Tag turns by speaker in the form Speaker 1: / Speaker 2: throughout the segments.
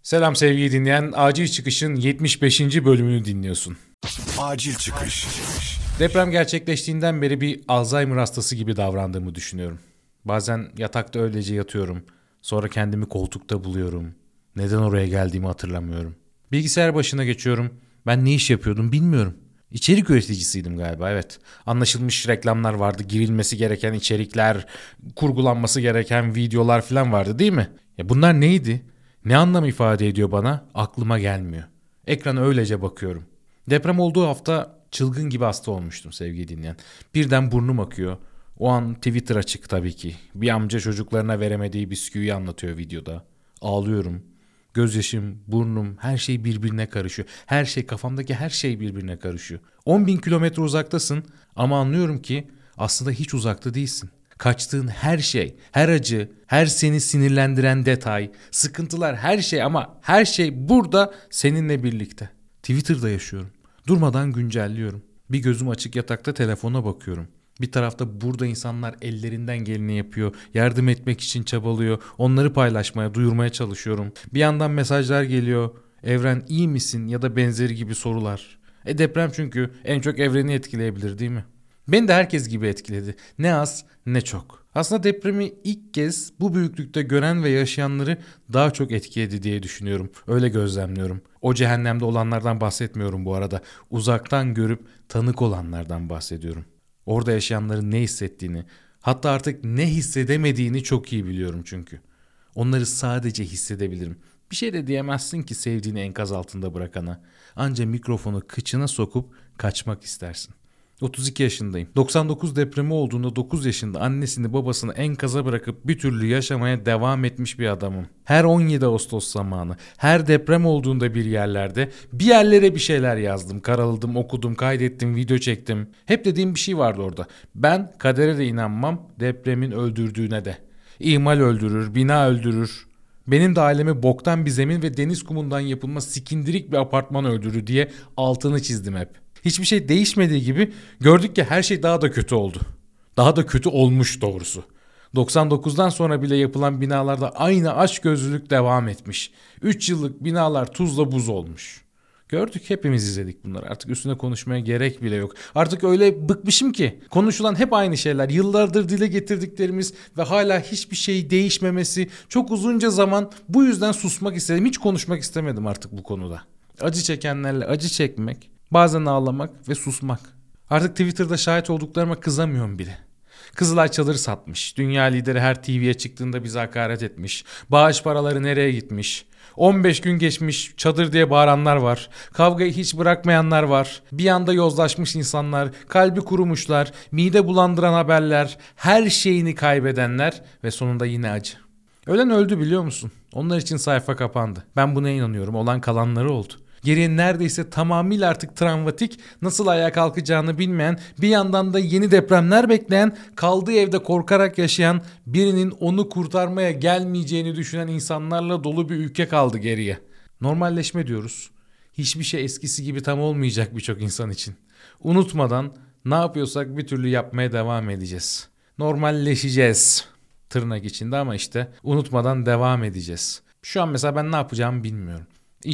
Speaker 1: Selam sevgili dinleyen, Acil Çıkış'ın 75. bölümünü dinliyorsun.
Speaker 2: Acil Çıkış.
Speaker 1: Deprem gerçekleştiğinden beri bir Alzheimer hastası gibi davrandığımı düşünüyorum. Bazen yatakta öylece yatıyorum. Sonra kendimi koltukta buluyorum. Neden oraya geldiğimi hatırlamıyorum. Bilgisayar başına geçiyorum. Ben ne iş yapıyordum bilmiyorum. İçerik üreticisiydim galiba, evet. Anlaşılmış reklamlar vardı, girilmesi gereken içerikler, kurgulanması gereken videolar falan vardı değil mi? Ya bunlar neydi? Ne anlam ifade ediyor bana? Aklıma gelmiyor. Ekrana öylece bakıyorum. Deprem olduğu hafta çılgın gibi hasta olmuştum sevgili dinleyen. Birden burnum akıyor. O an Twitter açık tabii ki. Bir amca çocuklarına veremediği bisküviyi anlatıyor videoda. Ağlıyorum. Gözyaşım, burnum, her şey birbirine karışıyor. Her şey, kafamdaki her şey birbirine karışıyor. 10.000 kilometre uzaktasın ama anlıyorum ki aslında hiç uzakta değilsin. Kaçtığın her şey, her acı, her seni sinirlendiren detay, sıkıntılar, her şey, ama her şey burada seninle birlikte. Twitter'da yaşıyorum. Durmadan güncelliyorum. Bir gözüm açık yatakta telefona bakıyorum. Bir tarafta burada insanlar ellerinden geleni yapıyor. Yardım etmek için çabalıyor. Onları paylaşmaya, duyurmaya çalışıyorum. Bir yandan mesajlar geliyor. Evren iyi misin ya da benzeri gibi sorular. Deprem çünkü en çok evreni etkileyebilir değil mi? Beni de herkes gibi etkiledi. Ne az ne çok. Aslında depremi ilk kez bu büyüklükte gören ve yaşayanları daha çok etkiledi diye düşünüyorum. Öyle gözlemliyorum. O cehennemde olanlardan bahsetmiyorum bu arada. Uzaktan görüp tanık olanlardan bahsediyorum. Orada yaşayanların ne hissettiğini, hatta artık ne hissedemediğini çok iyi biliyorum çünkü. Onları sadece hissedebilirim. Bir şey de diyemezsin ki sevdiğini enkaz altında bırakana. Anca mikrofonu kıçına sokup kaçmak istersin. 32 yaşındayım. 99 depremi olduğunda 9 yaşında annesini babasını enkaza bırakıp bir türlü yaşamaya devam etmiş bir adamım. Her 17 Ağustos zamanı, her deprem olduğunda bir yerlerde bir yerlere bir şeyler yazdım, karaladım, okudum, kaydettim, video çektim. Hep dediğim bir şey vardı orada. Ben kadere de inanmam, depremin öldürdüğüne de. İhmal öldürür, bina öldürür. Benim de ailemi boktan bir zemin ve deniz kumundan yapılma sikindirik bir apartman öldürür diye altını çizdim hep. Hiçbir şey değişmediği gibi gördük ki her şey daha da kötü oldu. Daha da kötü olmuş doğrusu. 99'dan sonra bile yapılan binalarda aynı açgözlülük devam etmiş. 3 yıllık binalar tuzla buz olmuş. Gördük, hepimiz izledik bunları. Artık üstüne konuşmaya gerek bile yok. Artık öyle bıkmışım ki konuşulan hep aynı şeyler. Yıllardır dile getirdiklerimiz ve hala hiçbir şey değişmemesi. Çok uzunca zaman bu yüzden susmak istedim. Hiç konuşmak istemedim artık bu konuda. Acı çekenlerle acı çekmek, bazen ağlamak ve susmak. Artık Twitter'da şahit olduklarıma kızamıyorum bile. Kızılay çadırı satmış. Dünya lideri her TV'ye çıktığında bize hakaret etmiş. Bağış paraları nereye gitmiş? 15 gün geçmiş, çadır diye bağıranlar var. Kavgayı hiç bırakmayanlar var. Bir anda yozlaşmış insanlar, kalbi kurumuşlar, mide bulandıran haberler, her şeyini kaybedenler ve sonunda yine acı. Ölen öldü, biliyor musun? Onlar için sayfa kapandı. Ben buna inanıyorum. Olan kalanları oldu. Geriye neredeyse tamamıyla artık travmatik, nasıl ayağa kalkacağını bilmeyen, bir yandan da yeni depremler bekleyen, kaldığı evde korkarak yaşayan, birinin onu kurtarmaya gelmeyeceğini düşünen insanlarla dolu bir ülke kaldı geriye. Normalleşme diyoruz. Hiçbir şey eskisi gibi tam olmayacak birçok insan için. Unutmadan ne yapıyorsak bir türlü yapmaya devam edeceğiz. Normalleşeceğiz. Tırnak içinde, ama işte unutmadan devam edeceğiz. Şu an mesela ben ne yapacağımı bilmiyorum.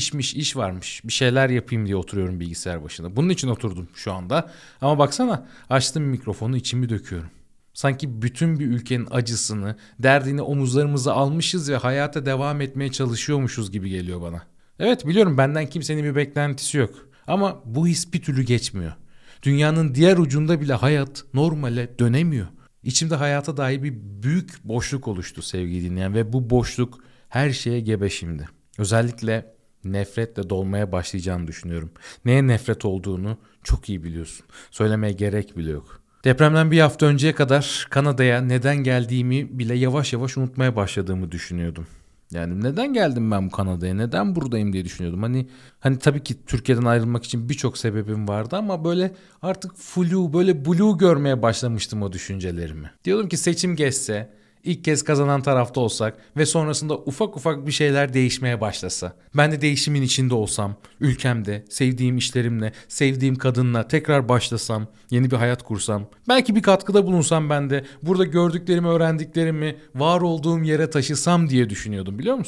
Speaker 1: İş varmış. Bir şeyler yapayım diye oturuyorum bilgisayar başında. Bunun için oturdum şu anda. Ama baksana, açtım mikrofonu, içimi döküyorum. Sanki bütün bir ülkenin acısını, derdini omuzlarımıza almışız ve hayata devam etmeye çalışıyormuşuz gibi geliyor bana. Evet, biliyorum benden kimsenin bir beklentisi yok. Ama bu his bir türlü geçmiyor. Dünyanın diğer ucunda bile hayat normale dönemiyor. İçimde hayata dair bir büyük boşluk oluştu sevgili dinleyen ve bu boşluk her şeye gebe şimdi. Özellikle nefretle dolmaya başlayacağını düşünüyorum. Neye nefret olduğunu çok iyi biliyorsun. Söylemeye gerek bile yok. Depremden bir hafta önceye kadar Kanada'ya neden geldiğimi bile yavaş yavaş unutmaya başladığımı düşünüyordum. Yani neden geldim ben bu Kanada'ya, neden buradayım diye düşünüyordum. Hani tabii ki Türkiye'den ayrılmak için birçok sebebim vardı ama böyle artık flu, böyle blue görmeye başlamıştım o düşüncelerimi. Diyordum ki seçim geçse, İlk kez kazanan tarafta olsak ve sonrasında ufak ufak bir şeyler değişmeye başlasa. Ben de değişimin içinde olsam, ülkemde, sevdiğim işlerimle, sevdiğim kadınla tekrar başlasam, yeni bir hayat kursam. Belki bir katkıda bulunsam ben de, burada gördüklerimi, öğrendiklerimi var olduğum yere taşısam diye düşünüyordum, biliyor musun?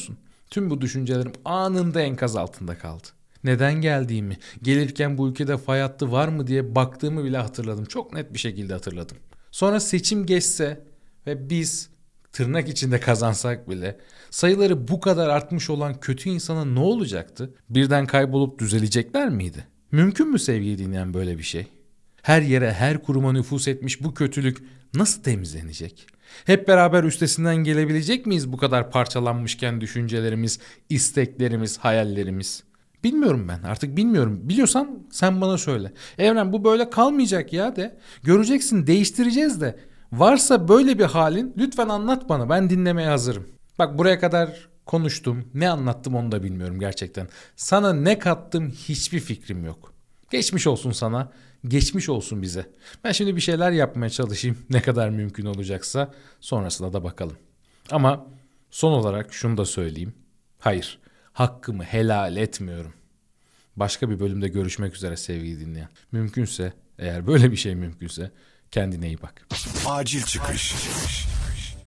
Speaker 1: Tüm bu düşüncelerim anında enkaz altında kaldı. Neden geldiğimi, gelirken bu ülkede fay hattı var mı diye baktığımı bile hatırladım. Çok net bir şekilde hatırladım. Sonra seçim geçse ve biz tırnak içinde kazansak bile sayıları bu kadar artmış olan kötü insana ne olacaktı? Birden kaybolup düzelecekler miydi? Mümkün mü sevgili dinleyen böyle bir şey? Her yere, her kuruma nüfuz etmiş bu kötülük nasıl temizlenecek? Hep beraber üstesinden gelebilecek miyiz bu kadar parçalanmışken düşüncelerimiz, isteklerimiz, hayallerimiz? Bilmiyorum ben, artık bilmiyorum. Biliyorsan sen bana söyle. Evren, bu böyle kalmayacak ya de. Göreceksin, değiştireceğiz de. Varsa böyle bir halin lütfen anlat bana, ben dinlemeye hazırım. Bak, buraya kadar konuştum, ne anlattım onu da bilmiyorum gerçekten. Sana ne kattım hiçbir fikrim yok. Geçmiş olsun sana, geçmiş olsun bize. Ben şimdi bir şeyler yapmaya çalışayım, ne kadar mümkün olacaksa, sonrasına da bakalım. Ama son olarak şunu da söyleyeyim. Hayır, hakkımı helal etmiyorum. Başka bir bölümde görüşmek üzere sevgili dinleyen. Mümkünse, eğer böyle bir şey mümkünse, kendine iyi bak.
Speaker 2: Acil çıkış.